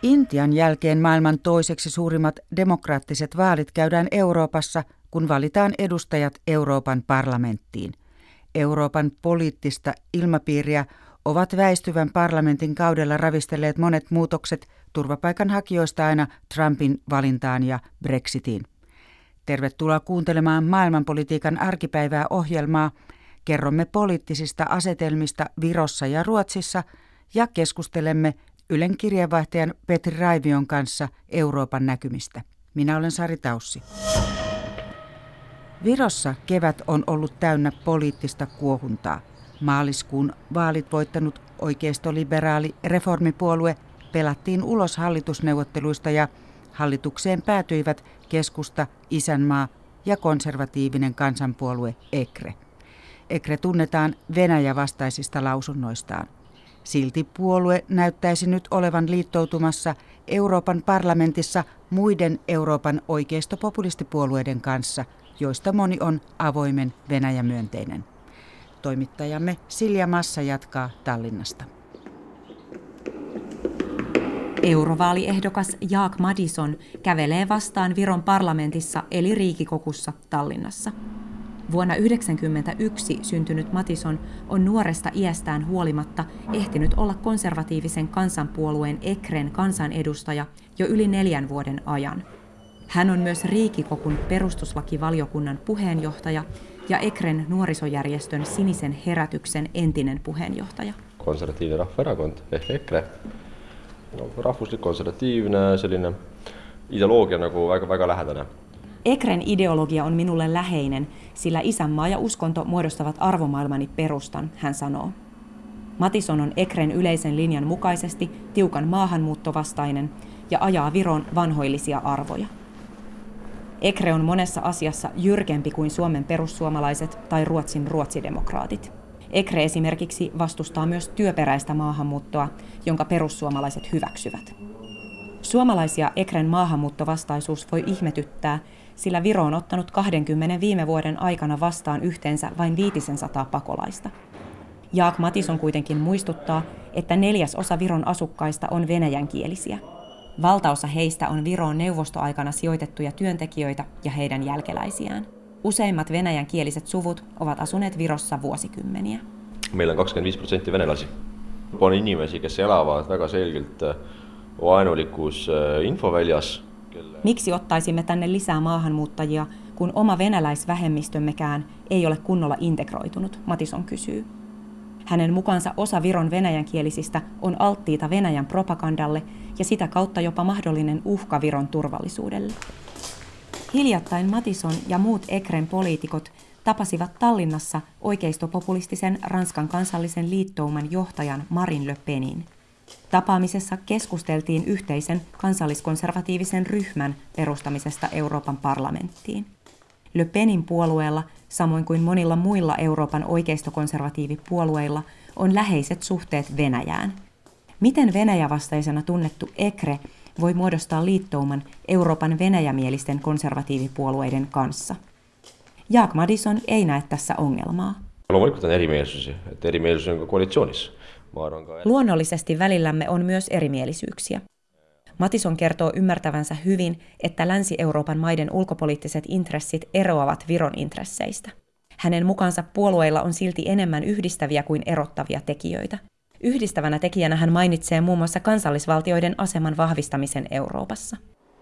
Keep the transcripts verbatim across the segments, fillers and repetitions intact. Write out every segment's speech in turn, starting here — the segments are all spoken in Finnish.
Intian jälkeen maailman toiseksi suurimmat demokraattiset vaalit käydään Euroopassa, kun valitaan edustajat Euroopan parlamenttiin. Euroopan poliittista ilmapiiriä ovat väistyvän parlamentin kaudella ravistelleet monet muutokset turvapaikanhakijoista aina Trumpin valintaan ja Brexitiin. Tervetuloa kuuntelemaan maailmanpolitiikan arkipäivää ohjelmaa. Kerromme poliittisista asetelmista Virossa ja Ruotsissa ja keskustelemme Ylen kirjeenvaihtajan Petri Raivion kanssa Euroopan näkymistä. Minä olen Sari Taussi. Virossa kevät on ollut täynnä poliittista kuohuntaa. Maaliskuun vaalit voittanut oikeistoliberaali reformipuolue pelattiin ulos hallitusneuvotteluista ja hallitukseen päätyivät keskusta, isänmaa ja konservatiivinen kansanpuolue EKRE. EKRE tunnetaan Venäjä-vastaisista lausunnoistaan. Silti puolue näyttäisi nyt olevan liittoutumassa Euroopan parlamentissa muiden Euroopan oikeistopopulistipuolueiden kanssa, joista moni on avoimen Venäjä-myönteinen. Toimittajamme Silja Massa jatkaa Tallinnasta. Eurovaaliehdokas Jaak Madison kävelee vastaan Viron parlamentissa eli Riikikokussa Tallinnassa. Vuonna yhdeksänkymmentäyksi syntynyt Madison on nuoresta iästään huolimatta ehtinyt olla konservatiivisen kansanpuolueen ECREn kansanedustaja jo yli neljän vuoden ajan. Hän on myös Riikikokun perustuslakivaliokunnan puheenjohtaja ja ECREn nuorisojärjestön Sinisen herätyksen entinen puheenjohtaja. Konservatiivinen rahvaerakond ehk EKRE. No, rahvuslik-konservatiivne, selline ideoloogia nagu väga, väga lähedane. ECREn ideologia on minulle läheinen, sillä isänmaa ja uskonto muodostavat arvomaailmani perustan, hän sanoo. Madison on ECREn yleisen linjan mukaisesti tiukan maahanmuuttovastainen ja ajaa Viron vanhoillisia arvoja. ECRE on monessa asiassa jyrkempi kuin Suomen perussuomalaiset tai Ruotsin ruotsidemokraatit. ECRE esimerkiksi vastustaa myös työperäistä maahanmuuttoa, jonka perussuomalaiset hyväksyvät. Suomalaisia ECREn maahanmuuttovastaisuus voi ihmetyttää, sillä Viro on ottanut kaksikymmentä viime vuoden aikana vastaan yhteensä vain viisisataa pakolaista. Jaak Madison kuitenkin muistuttaa, että neljäs osa Viron asukkaista on venäjänkielisiä. Valtaosa heistä on Viroon neuvostoaikana sijoitettuja työntekijöitä ja heidän jälkeläisiään. Useimmat venäjänkieliset suvut ovat asuneet Virossa vuosikymmeniä. Meillä on kaksikymmentäviisi prosenttia venäläisiä. On ihmisiä, kes elavad väga selgelt vaenulikus infoväljas. Miksi ottaisimme tänne lisää maahanmuuttajia, kun oma venäläisvähemmistömmekään ei ole kunnolla integroitunut, Madison kysyy. Hänen mukaansa osa Viron venäjänkielisistä on alttiita Venäjän propagandalle ja sitä kautta jopa mahdollinen uhka Viron turvallisuudelle. Hiljattain Madison ja muut ECREn poliitikot tapasivat Tallinnassa oikeistopopulistisen Ranskan kansallisen liittouman johtajan Marine Le Penin. Tapaamisessa keskusteltiin yhteisen kansalliskonservatiivisen ryhmän perustamisesta Euroopan parlamenttiin. Le Penin puolueella, samoin kuin monilla muilla Euroopan oikeistokonservatiivipuolueilla, on läheiset suhteet Venäjään. Miten Venäjä-vastaisena tunnettu ECRE voi muodostaa liittouman Euroopan venäjämielisten konservatiivipuolueiden kanssa? Jaak Madison ei näe tässä ongelmaa. Loomulikult on erimielisyyksiä, että erimielisyys on koalitsioonissa. Luonnollisesti välillämme on myös erimielisyyksiä. Madison kertoo ymmärtävänsä hyvin, että Länsi-Euroopan maiden ulkopoliittiset intressit eroavat Viron intresseistä. Hänen mukaansa puolueilla on silti enemmän yhdistäviä kuin erottavia tekijöitä. Yhdistävänä tekijänä hän mainitsee muun muassa kansallisvaltioiden aseman vahvistamisen Euroopassa.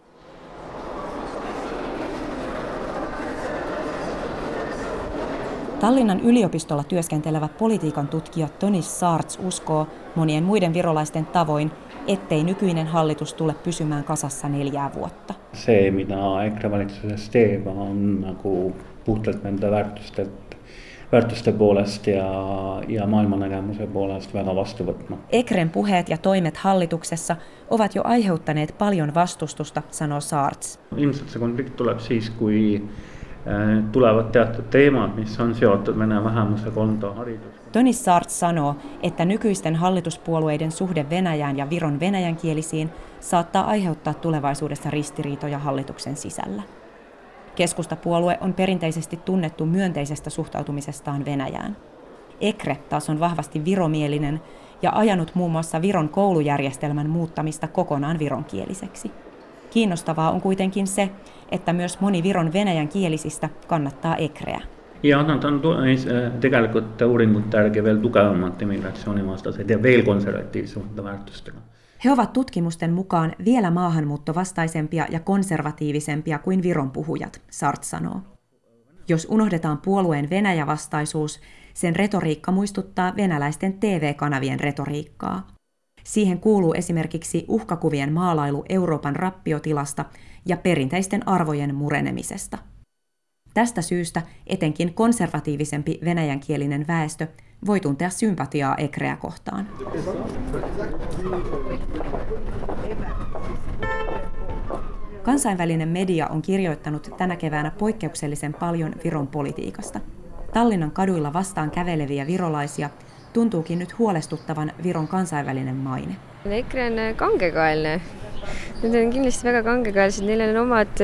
Tallinnan yliopistolla työskentelevä politiikan tutkija Tonis Saarts uskoo monien muiden virolaisten tavoin, ettei nykyinen hallitus tule pysymään kasassa neljää vuotta. Se, mitä EKRE valitsuses teeb, on nagu puhtalt nende väärtuste, väärtuste puolesta ja, ja maailmannägemuse puolesta väga vastuvõtma. ECREn puheet ja toimet hallituksessa ovat jo aiheuttaneet paljon vastustusta, sanoo Saarts. Ilmselt se konflikt tuleb siis, kui tulevat teatud teemat, mis on seotud Venäjän vähemmuse konto haridus. Tonis Saarts sanoo, että nykyisten hallituspuolueiden suhde Venäjään ja Viron venäjänkielisiin saattaa aiheuttaa tulevaisuudessa ristiriitoja hallituksen sisällä. Keskustapuolue on perinteisesti tunnettu myönteisestä suhtautumisestaan Venäjään. ECRE taas on vahvasti viromielinen ja ajanut muun muassa Viron koulujärjestelmän muuttamista kokonaan vironkieliseksi. Kiinnostavaa on kuitenkin se, että myös moni Viron venäjänkielisistä kannattaa ekreä. Ja nad on tegelikult uuringute järgi veel tugevamad immigratsioonivastased ja veel konservatiivsemate väärtustega. He ovat tutkimusten mukaan vielä maahanmuuttovastaisempia ja konservatiivisempia kuin Viron puhujat, Sart sanoo. Jos unohdetaan puolueen Venäjä-vastaisuus, sen retoriikka muistuttaa venäläisten T V-kanavien retoriikkaa. Siihen kuuluu esimerkiksi uhkakuvien maalailu Euroopan rappiotilasta ja perinteisten arvojen murenemisesta. Tästä syystä etenkin konservatiivisempi venäjänkielinen väestö voi tuntea sympatiaa ekreä kohtaan. Kansainvälinen media on kirjoittanut tänä keväänä poikkeuksellisen paljon Viron politiikasta. Tallinnan kaduilla vastaan käveleviä virolaisia tuntuukin nyt huolestuttavan Viron kansainvälinen maine. Ekre on kangekaelne. Need on kindlasti väga kangekaelsed, neil on omad...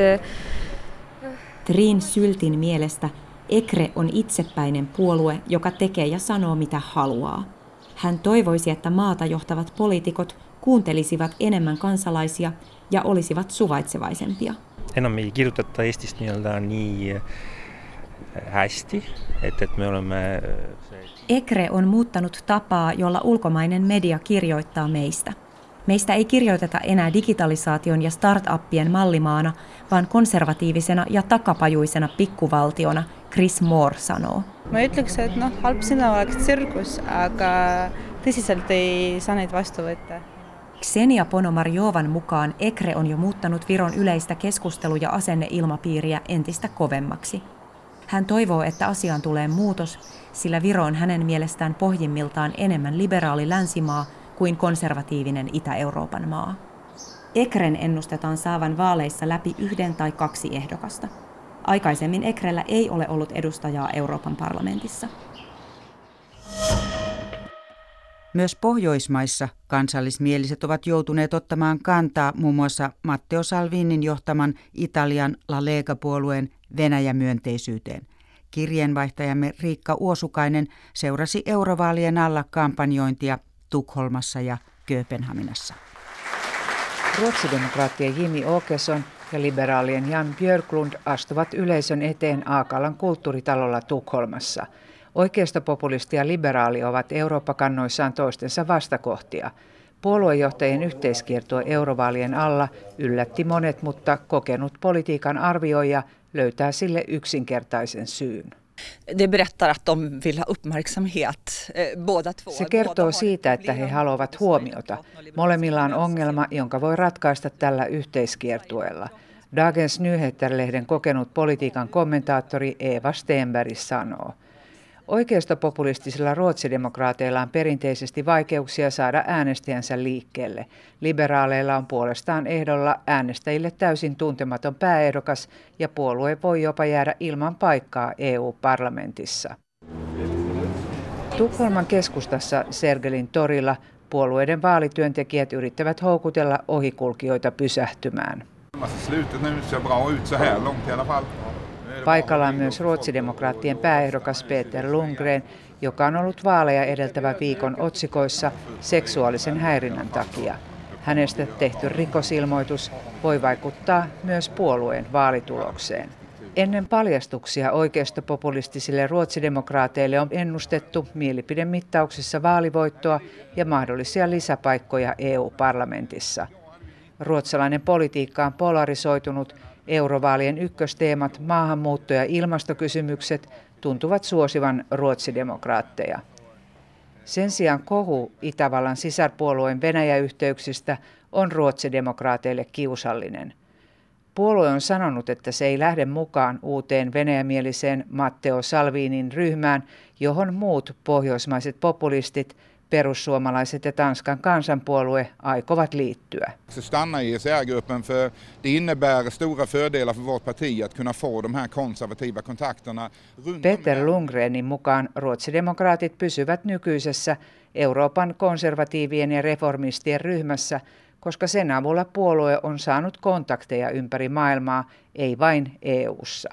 Triin Syltin mielestä ekre on itsepäinen puolue, joka tekee ja sanoo mitä haluaa. Hän toivoisi, että maata johtavat poliitikot kuuntelisivat enemmän kansalaisia ja olisivat suvaitsevaisempia. Enam ei kirjoiteta Eestist nii-öelda nii hästi, että et me olemme... Ekre on muuttanut tapaa, jolla ulkomainen media kirjoittaa meistä. Meistä ei kirjoiteta enää digitalisaation ja startuppien mallimaana, vaan konservatiivisena ja takapajuisena pikkuvaltiona, Chris Moore sanoo. Mä ütleks, et noh, halb sõna oleks tsirkus, aga tõsiselt ei saa neid vastu võtta. Ksenia Ponomarjovan mukaan ekre on jo muuttanut Viron yleistä keskustelu- ja asenneilmapiiriä entistä kovemmaksi. Hän toivoo, että asiaan tulee muutos, sillä Viro on hänen mielestään pohjimmiltaan enemmän liberaali länsimaa kuin konservatiivinen Itä-Euroopan maa. Ekren ennustetaan saavan vaaleissa läpi yhden tai kaksi ehdokasta. Aikaisemmin Ekrellä ei ole ollut edustajaa Euroopan parlamentissa. Myös Pohjoismaissa kansallismieliset ovat joutuneet ottamaan kantaa muun muassa Matteo Salvinin johtaman Italian La Lega-puolueen Venäjä-myönteisyyteen. Kirjeenvaihtajamme Riikka Uosukainen seurasi eurovaalien alla kampanjointia Tukholmassa ja Kööpenhaminassa. Ruotsidemokraattien Jimmy Åkesson ja liberaalien Jan Björklund astuvat yleisön eteen Aakalan kulttuuritalolla Tukholmassa. Oikeistopopulisti ja liberaali ovat Eurooppa-kannoissaan toistensa vastakohtia. Puoluejohtajien yhteiskiertue eurovaalien alla yllätti monet, mutta kokenut politiikan arvioija löytää sille yksinkertaisen syyn. Se kertoo siitä, että he haluavat huomiota. Molemmilla on ongelma, jonka voi ratkaista tällä yhteiskiertueella. Dagens Nyheter-lehden kokenut politiikan kommentaattori Eva Stenberg sanoo. Oikeistopopulistisilla ruotsidemokraateilla on perinteisesti vaikeuksia saada äänestäjänsä liikkeelle. Liberaaleilla on puolestaan ehdolla äänestäjille täysin tuntematon pääehdokas ja puolue voi jopa jäädä ilman paikkaa E U-parlamentissa. Tukholman keskustassa Sergelin torilla puolueiden vaalityöntekijät yrittävät houkutella ohikulkijoita pysähtymään. Paikalla on myös ruotsidemokraattien pääehdokas Peter Lundgren, joka on ollut vaaleja edeltävän viikon otsikoissa seksuaalisen häirinnän takia. Hänestä tehty rikosilmoitus voi vaikuttaa myös puolueen vaalitulokseen. Ennen paljastuksia oikeistopopulistisille ruotsidemokraateille on ennustettu mielipidemittauksissa vaalivoittoa ja mahdollisia lisäpaikkoja E U-parlamentissa. Ruotsalainen politiikka on polarisoitunut. Eurovaalien ykkösteemat, maahanmuutto- ja ilmastokysymykset tuntuvat suosivan ruotsidemokraatteja. Sen sijaan kohu Itävallan sisarpuolueen Venäjä-yhteyksistä on ruotsidemokraateille kiusallinen. Puolue on sanonut, että se ei lähde mukaan uuteen venäjämieliseen Matteo Salvinin ryhmään, johon muut pohjoismaiset populistit, perussuomalaiset ja Tanskan kansanpuolue aikovat liittyä. Stanna i E C R-gruppen för det innebär stora fördelar för vårt parti att kunna få de här konservativa kontakterna. Peter Lundgrenin mukaan ruotsidemokraatit pysyvät nykyisessä Euroopan konservatiivien ja reformistien ryhmässä, koska sen avulla puolue on saanut kontakteja ympäri maailmaa, ei vain E U:ssa.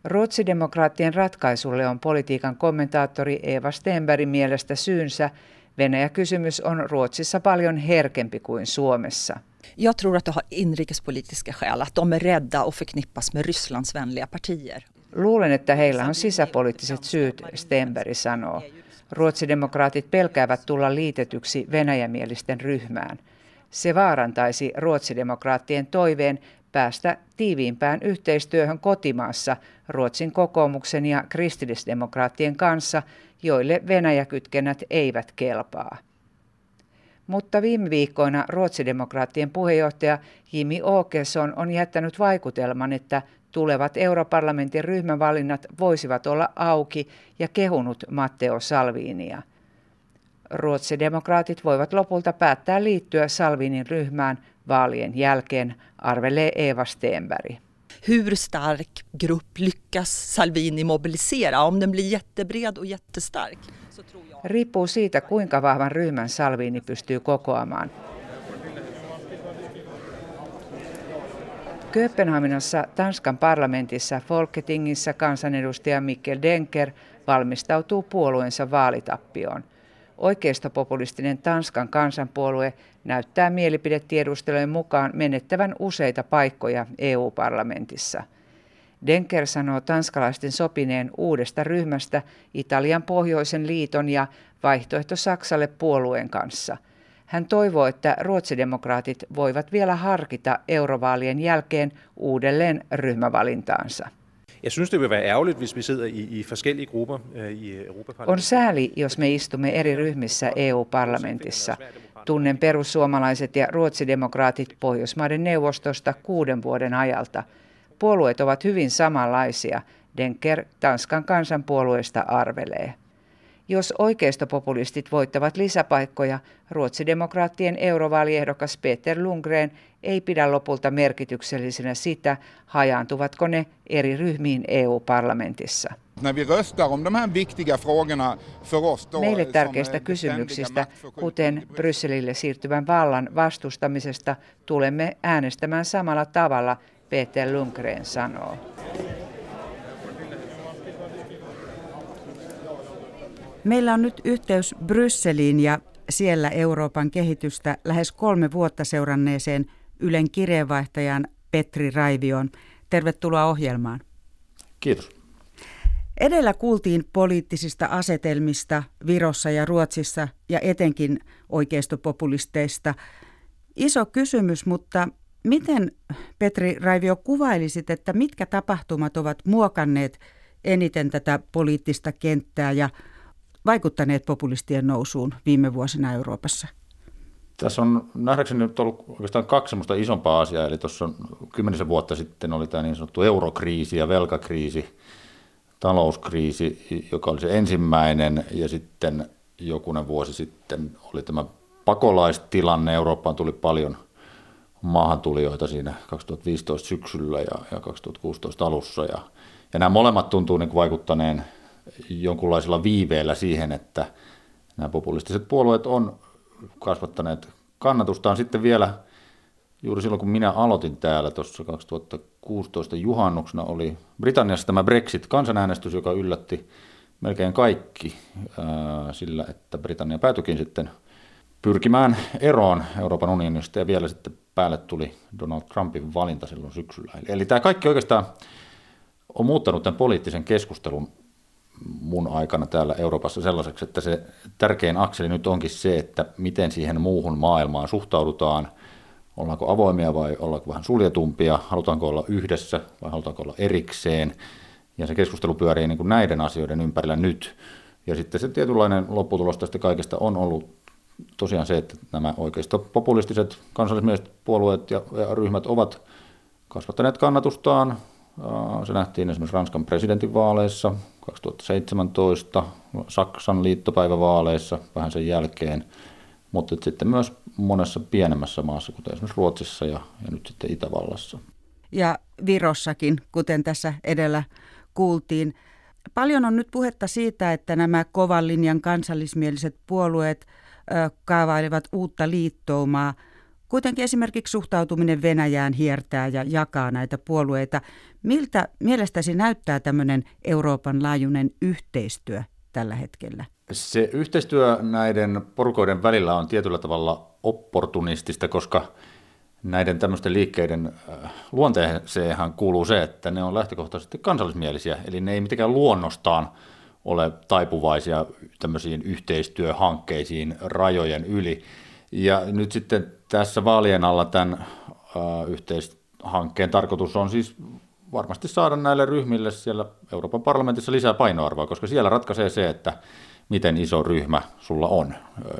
Ruotsidemokraattien ratkaisulle on politiikan kommentaattori Eva Stenbergin mielestä syynsä Venäjä-kysymys on Ruotsissa paljon herkempi kuin Suomessa. Jag tror att det har inrikespolitiska skäl, att de är rädda och förknippas med Rysslandsvänliga partier. Luulen, että heillä on sisäpoliittiset syyt, Stenberg sanoo. Ruotsidemokraatit pelkäävät tulla liitetyksi venäjämielisten ryhmään. Se vaarantaisi ruotsidemokraattien toiveen päästä tiiviimpään yhteistyöhön kotimaassa Ruotsin kokoomuksen ja kristillisdemokraattien kanssa, joille Venäjä-kytkennät eivät kelpaa. Mutta viime viikkoina ruotsidemokraattien puheenjohtaja Jimmy Åkesson on jättänyt vaikutelman, että tulevat europarlamentin ryhmävalinnat voisivat olla auki ja kehunut Matteo Salvinia. Ruotsidemokraatit voivat lopulta päättää liittyä Salvinin ryhmään vaalien jälkeen, arvelee Eva Stenberg. Hur stark grupp lyckas Salvini mobilisera? Om den blir jättebred och jättestark. Riippuu siitä, kuinka vahvan ryhmän Salvini pystyy kokoamaan. Kööpenhaminassa Tanskan parlamentissa Folketingissä kansanedustaja Mikkel Denker valmistautuu puolueensa vaalitappioon. Oikeistopopulistinen Tanskan kansanpuolue näyttää mielipidetiedustelujen mukaan menettävän useita paikkoja E U-parlamentissa. Denker sanoo tanskalaisten sopineen uudesta ryhmästä Italian pohjoisen liiton ja vaihtoehto Saksalle puolueen kanssa. Hän toivoo, että ruotsidemokraatit voivat vielä harkita eurovaalien jälkeen uudelleen ryhmävalintaansa. Jeg synes, det vil være ærgerligt, hvis vi sidder i, i forskellige grupper i Europaparlamentet. On sääli, jos me istumme eri ryhmissä E U-parlamentissa. Tunnen perussuomalaiset ja ruotsidemokraatit Pohjoismaiden neuvostosta kuuden vuoden ajalta. Puolueet ovat hyvin samanlaisia, Denker Tanskan kansanpuolueesta arvelee. Jos oikeistopopulistit voittavat lisäpaikkoja, ruotsidemokraattien eurovaaliehdokas Peter Lundgren ei pidä lopulta merkityksellisenä sitä, hajaantuvatko ne eri ryhmiin E U-parlamentissa. Meille tärkeistä kysymyksistä, kuten Brysselille siirtyvän vallan vastustamisesta, tulemme äänestämään samalla tavalla, Peter Lundgren sanoo. Meillä on nyt yhteys Brysseliin ja siellä Euroopan kehitystä lähes kolme vuotta seuranneeseen Ylen kirjeenvaihtajaan Petri Raivioon. Tervetuloa ohjelmaan. Kiitos. Edellä kuultiin poliittisista asetelmista Virossa ja Ruotsissa ja etenkin oikeistopopulisteista. Iso kysymys, mutta miten, Petri Raivio, kuvailisit, että mitkä tapahtumat ovat muokanneet eniten tätä poliittista kenttää ja vaikuttaneet populistien nousuun viime vuosina Euroopassa? Tässä on nähdäkseni nyt ollut oikeastaan kaksi semmoista isompaa asiaa, eli tuossa kymmenisen vuotta sitten oli tämä niin sanottu eurokriisi ja velkakriisi, talouskriisi, joka oli se ensimmäinen, ja sitten jokunen vuosi sitten oli tämä pakolaistilanne. Eurooppaan tuli paljon maahantulijoita siinä kaksituhattaviisitoista syksyllä ja, ja kaksituhattakuusitoista alussa, ja, ja nämä molemmat tuntuu niin kuin vaikuttaneen jonkunlaisella viiveellä siihen, että nämä populistiset puolueet on kasvattaneet kannatustaan. Sitten vielä juuri silloin, kun minä aloitin täällä tuossa kaksituhattakuusitoista juhannuksena, oli Britanniassa tämä Brexit-kansanäänestys, joka yllätti melkein kaikki ää, sillä, että Britannia päätyikin sitten pyrkimään eroon Euroopan unionista, ja vielä sitten päälle tuli Donald Trumpin valinta silloin syksyllä. Eli, eli tämä kaikki oikeastaan on muuttanut tämän poliittisen keskustelun mun aikana täällä Euroopassa sellaiseksi, että se tärkein akseli nyt onkin se, että miten siihen muuhun maailmaan suhtaudutaan. Ollaanko avoimia vai ollaanko vähän suljetumpia, halutaanko olla yhdessä vai halutaanko olla erikseen. Ja se keskustelu pyörii niin kuin näiden asioiden ympärillä nyt. Ja sitten se tietynlainen lopputulos tästä kaikesta on ollut tosiaan se, että nämä oikeistopopulistiset kansallismieliset puolueet ja, ja ryhmät ovat kasvattaneet kannatustaan. Se nähtiin esimerkiksi Ranskan presidentinvaaleissa kaksituhattaseitsemäntoista, Saksan liittopäivävaaleissa vähän sen jälkeen, mutta sitten myös monessa pienemmässä maassa, kuten esimerkiksi Ruotsissa ja, ja nyt sitten Itävallassa. Ja Virossakin, kuten tässä edellä kuultiin. Paljon on nyt puhetta siitä, että nämä kovan linjan kansallismieliset puolueet ö, kaavailevat uutta liittoumaa. Kuitenkin esimerkiksi suhtautuminen Venäjään hiertää ja jakaa näitä puolueita. Miltä mielestäsi näyttää tämmöinen Euroopan laajuinen yhteistyö tällä hetkellä? Se yhteistyö näiden porukoiden välillä on tietyllä tavalla opportunistista, koska näiden tämmöisten liikkeiden luonteeseenhan kuuluu se, että ne on lähtökohtaisesti kansallismielisiä, eli ne ei mitenkään luonnostaan ole taipuvaisia tämmöisiin yhteistyöhankkeisiin rajojen yli. Ja nyt sitten tässä vaalien alla tämän uh, yhteishankkeen tarkoitus on siis varmasti saada näille ryhmille siellä Euroopan parlamentissa lisää painoarvoa, koska siellä ratkaisee se, että miten iso ryhmä sulla on.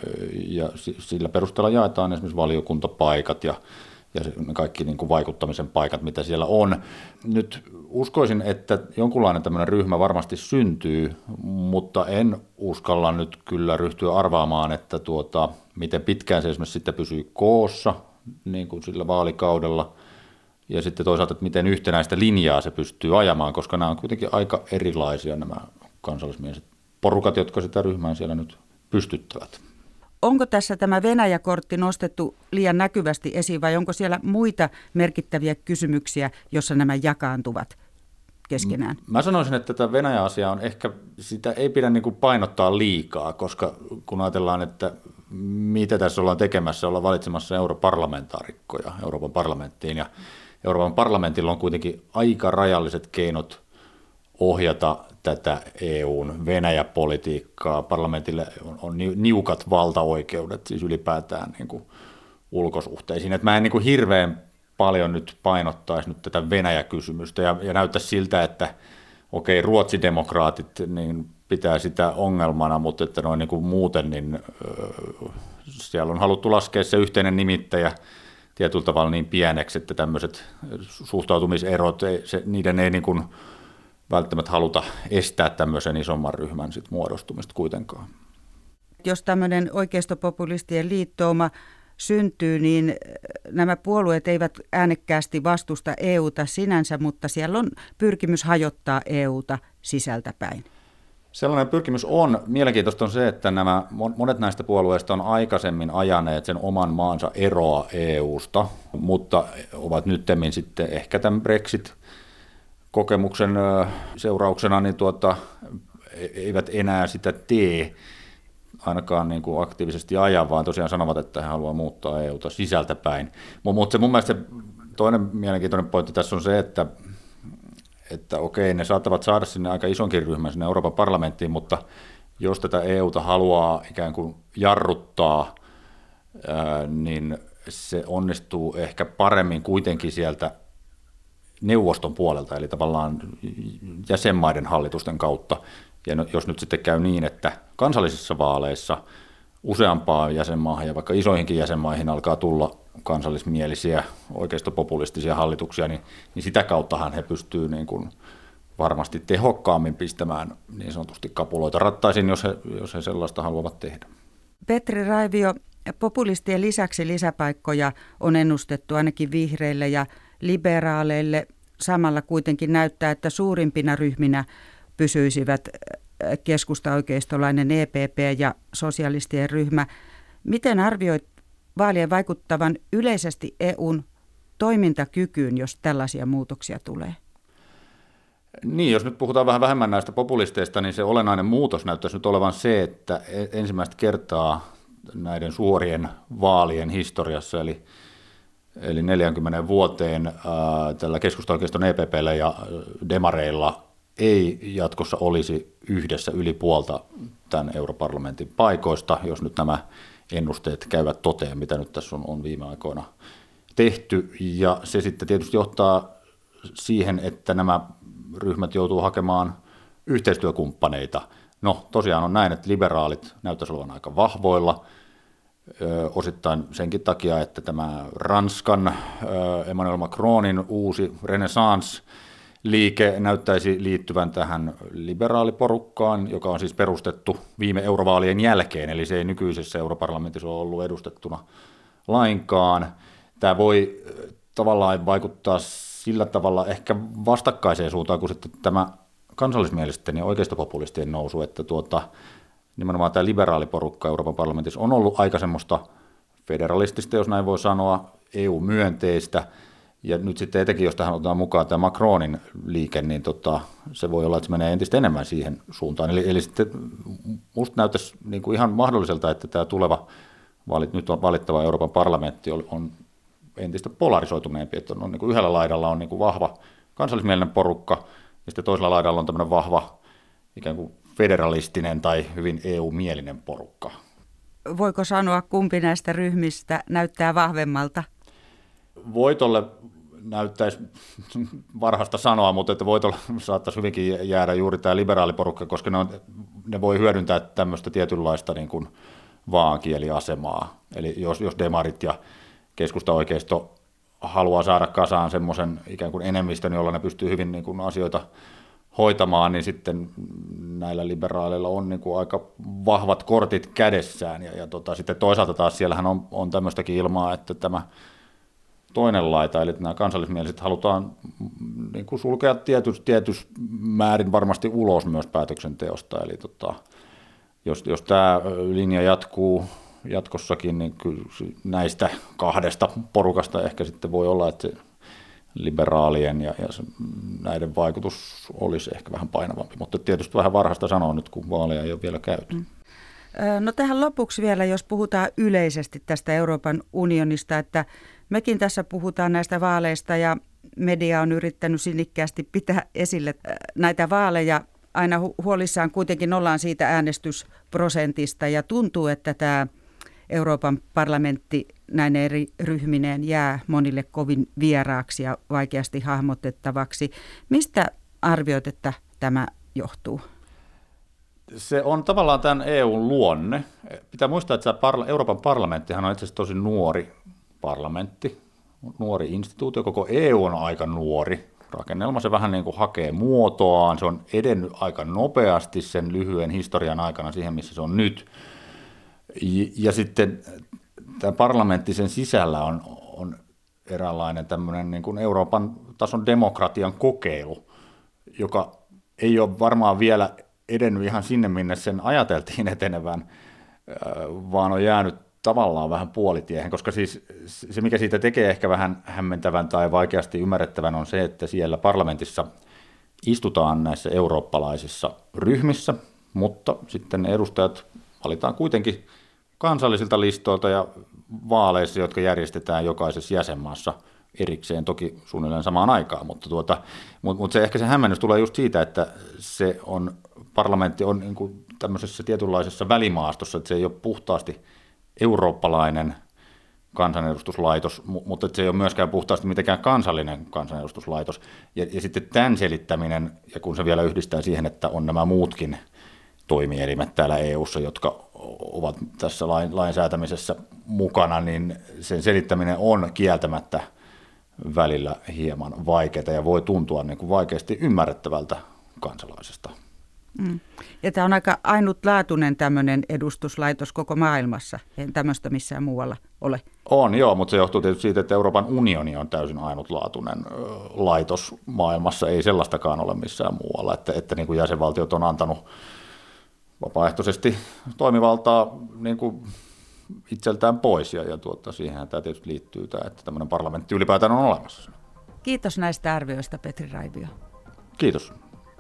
Ja sillä perusteella jaetaan esimerkiksi valiokuntapaikat ja, ja kaikki niin kuin vaikuttamisen paikat, mitä siellä on. Nyt uskoisin, että jonkunlainen tämmöinen ryhmä varmasti syntyy, mutta en uskalla nyt kyllä ryhtyä arvaamaan, että tuota, miten pitkään se esimerkiksi sitten pysyy koossa niin kuin sillä vaalikaudella. Ja sitten toisaalta, että miten yhtenäistä linjaa se pystyy ajamaan, koska nämä on kuitenkin aika erilaisia nämä kansallismieliset porukat, jotka sitä ryhmää siellä nyt pystyttävät. Onko tässä tämä Venäjä-kortti nostettu liian näkyvästi esiin vai onko siellä muita merkittäviä kysymyksiä, jossa nämä jakaantuvat keskenään? Mä sanoisin, että tätä Venäjä-asiaa on ehkä, sitä ei pidä niin kuin painottaa liikaa, koska kun ajatellaan, että mitä tässä ollaan tekemässä, ollaan valitsemassa europarlamentaarikkoja Euroopan parlamenttiin ja Euroopan parlamentilla on kuitenkin aika rajalliset keinot ohjata tätä E U:n Venäjä-politiikkaa. Parlamentille on, on niukat valtaoikeudet siis ylipäätään niin kuin ulkosuhteisiin. Et mä en niin kuin hirveän paljon nyt painottaisi nyt tätä Venäjä-kysymystä ja, ja näyttäisi siltä, että okei, ruotsidemokraatit niin pitää sitä ongelmana, mutta että noin niin kuin muuten niin äh, siellä on haluttu laskea se yhteinen nimittäjä tietyllä tavalla niin pieneksi, että tämmöiset suhtautumiserot, se, niiden ei niin kuin välttämättä haluta estää tämmöisen isomman ryhmän sit muodostumista kuitenkaan. Jos tämmöinen oikeistopopulistien liittouma syntyy, niin nämä puolueet eivät äänekkäästi vastusta E U:ta sinänsä, mutta siellä on pyrkimys hajottaa E U:ta sisältäpäin. Sellainen pyrkimys on. Mielenkiintoista on se, että nämä monet näistä puolueista on aikaisemmin ajaneet sen oman maansa eroa E U:sta, mutta ovat nyttemmin sitten ehkä tämän Brexit-kokemuksen seurauksena niin tuota, eivät enää sitä tee, ainakaan niin kuin aktiivisesti aja, vaan tosiaan sanovat, että he haluavat muuttaa E U:ta sisältäpäin. Mutta mun mielestä se toinen mielenkiintoinen pointti tässä on se, että että okei, ne saattavat saada sinne aika isonkin ryhmän sinne Euroopan parlamenttiin, mutta jos tätä E U:ta haluaa ikään kuin jarruttaa, niin se onnistuu ehkä paremmin kuitenkin sieltä neuvoston puolelta, eli tavallaan jäsenmaiden hallitusten kautta. Ja jos nyt sitten käy niin, että kansallisissa vaaleissa useampaan jäsenmaahan ja vaikka isoihinkin jäsenmaihin alkaa tulla kansallismielisiä, oikeistopopulistisia hallituksia, niin, niin sitä kauttahan he pystyvät niin kuin varmasti tehokkaammin pistämään niin sanotusti kapuloita rattaisiin, jos he, jos he sellaista haluavat tehdä. Petri Raivio, populistien lisäksi lisäpaikkoja on ennustettu ainakin vihreille ja liberaaleille. Samalla kuitenkin näyttää, että suurimpina ryhminä pysyisivät keskusta-oikeistolainen E P P ja sosialistien ryhmä. Miten arvioit vaalien vaikuttavan yleisesti E U:n toimintakykyyn, jos tällaisia muutoksia tulee? Niin, jos nyt puhutaan vähän vähemmän näistä populisteista, niin se olennainen muutos näyttäisi nyt olevan se, että ensimmäistä kertaa näiden suorien vaalien historiassa, eli, eli neljäkymmentä vuoteen ää, tällä keskusta-oikeiston E P P:llä ja demareilla ei jatkossa olisi yhdessä yli puolta tämän europarlamentin paikoista, jos nyt nämä ennusteet käyvät toteen, mitä nyt tässä on, on viime aikoina tehty. Ja se sitten tietysti johtaa siihen, että nämä ryhmät joutuu hakemaan yhteistyökumppaneita. No tosiaan on näin, että liberaalit näyttäisi olevan aika vahvoilla, ö, osittain senkin takia, että tämä Ranskan ö, Emmanuel Macronin uusi Renaissance liike näyttäisi liittyvän tähän liberaaliporukkaan, joka on siis perustettu viime eurovaalien jälkeen, eli se ei nykyisessä europarlamentissa ole ollut edustettuna lainkaan. Tämä voi tavallaan vaikuttaa sillä tavalla ehkä vastakkaiseen suuntaan kuin sitten tämä kansallismielisten ja oikeistopopulistien nousu, että tuota, nimenomaan tämä liberaaliporukka Euroopan parlamentissa on ollut aika semmoista federalistista, jos näin voi sanoa, E U-myönteistä, Ja nyt sitten etenkin, jos tähän otetaan mukaan tämä Macronin liike, niin tota, se voi olla, että se menee entistä enemmän siihen suuntaan. Eli, eli sitten musta näyttäisi niin kuin ihan mahdolliselta, että tämä tuleva, valit, nyt on valittava Euroopan parlamentti on, on entistä polarisoituneempi. Että on, on niin kuin yhdellä laidalla on niin kuin vahva kansallismielinen porukka, ja sitten toisella laidalla on tämmöinen vahva ikään kuin federalistinen tai hyvin E U-mielinen porukka. Voiko sanoa, kumpi näistä ryhmistä näyttää vahvemmalta? Voitolle näyttäisi varhaista sanoa, mutta että voitolle saattaisi hyvinkin jäädä juuri tämä liberaaliporukka, koska ne, on, ne voi hyödyntää tämmöistä tietynlaista niin kuin vaankieliasemaa. Eli jos, jos demarit ja keskustaoikeisto haluaa saada kasaan semmoisen ikään kuin enemmistön, jolla ne pystyy hyvin niin kuin asioita hoitamaan, niin sitten näillä liberaaleilla on niin kuin aika vahvat kortit kädessään. Ja, ja tota, sitten toisaalta taas siellähän on, on tämmöistäkin ilmaa, että tämä toinen laita, eli nämä kansallismieliset halutaan niin kuin sulkea tietys, tietys määrin varmasti ulos myös päätöksenteosta. Eli tota, jos, jos tämä linja jatkuu jatkossakin, niin kyllä näistä kahdesta porukasta ehkä sitten voi olla, että se liberaalien ja, ja se, näiden vaikutus olisi ehkä vähän painavampi. Mutta tietysti vähän varhaista sanoa nyt, kun vaaleja ei ole vielä käyty. Mm. No tähän lopuksi vielä, jos puhutaan yleisesti tästä Euroopan unionista, että mekin tässä puhutaan näistä vaaleista ja media on yrittänyt sinnikkäästi pitää esille näitä vaaleja. Aina huolissaan kuitenkin ollaan siitä äänestysprosentista ja tuntuu, että tämä Euroopan parlamentti näin eri ryhmineen jää monille kovin vieraaksi ja vaikeasti hahmotettavaksi. Mistä arvioit, että tämä johtuu? Se on tavallaan tämän E U:n luonne. Pitää muistaa, että Euroopan parlamenttihan on itse asiassa tosi nuori parlamentti, nuori instituutio. Koko E U on aika nuori rakennelma. Se vähän niin kuin hakee muotoaan. Se on edennyt aika nopeasti sen lyhyen historian aikana siihen, missä se on nyt. Ja sitten tämä parlamentti sen sisällä on, on eräänlainen tämmöinen niin kuin Euroopan tason demokratian kokeilu, joka ei ole varmaan vielä edennyt ihan sinne, minne sen ajateltiin etenevän, vaan on jäänyt tavallaan vähän puolitiehen, koska siis se, mikä siitä tekee ehkä vähän hämmentävän tai vaikeasti ymmärrettävän, on se, että siellä parlamentissa istutaan näissä eurooppalaisissa ryhmissä, mutta sitten edustajat valitaan kuitenkin kansallisilta listoilta ja vaaleissa, jotka järjestetään jokaisessa jäsenmaassa erikseen, toki suunnilleen samaan aikaan, mutta, tuota, mutta, mutta se, ehkä se hämmennys tulee just siitä, että se on, parlamentti on niin kuin tämmöisessä tietynlaisessa välimaastossa, että se ei ole puhtaasti eurooppalainen kansanedustuslaitos, mutta että se ei ole myöskään puhtaasti mitenkään kansallinen kansanedustuslaitos. Ja, ja sitten tämän selittäminen, ja kun se vielä yhdistää siihen, että on nämä muutkin toimielimet täällä E U:ssa, jotka ovat tässä lain, lainsäätämisessä mukana, niin sen selittäminen on kieltämättä välillä hieman vaikeaa ja voi tuntua niin kuin vaikeasti ymmärrettävältä kansalaisesta. Mm. Ja tämä on aika ainutlaatuinen tämmöinen edustuslaitos koko maailmassa. Ei tämmöistä missään muualla ole. On, joo, mutta se johtuu tietysti siitä, että Euroopan unioni on täysin ainutlaatuinen laitos maailmassa. Ei sellaistakaan ole missään muualla, että, että niin kuin jäsenvaltiot on antanut vapaaehtoisesti toimivaltaa niin kuin itseltään pois, ja, ja tuota, siihen tämä tietysti liittyy, tämä, että tämmöinen parlamentti ylipäätään on olemassa. Kiitos näistä arvioista, Petri Raivio. Kiitos.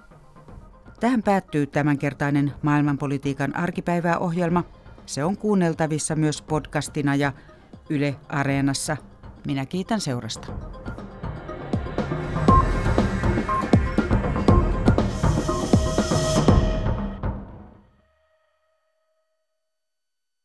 Tähän päättyy tämänkertainen maailmanpolitiikan arkipäivää-ohjelma. Se on kuunneltavissa myös podcastina ja Yle Areenassa. Minä kiitän seurasta.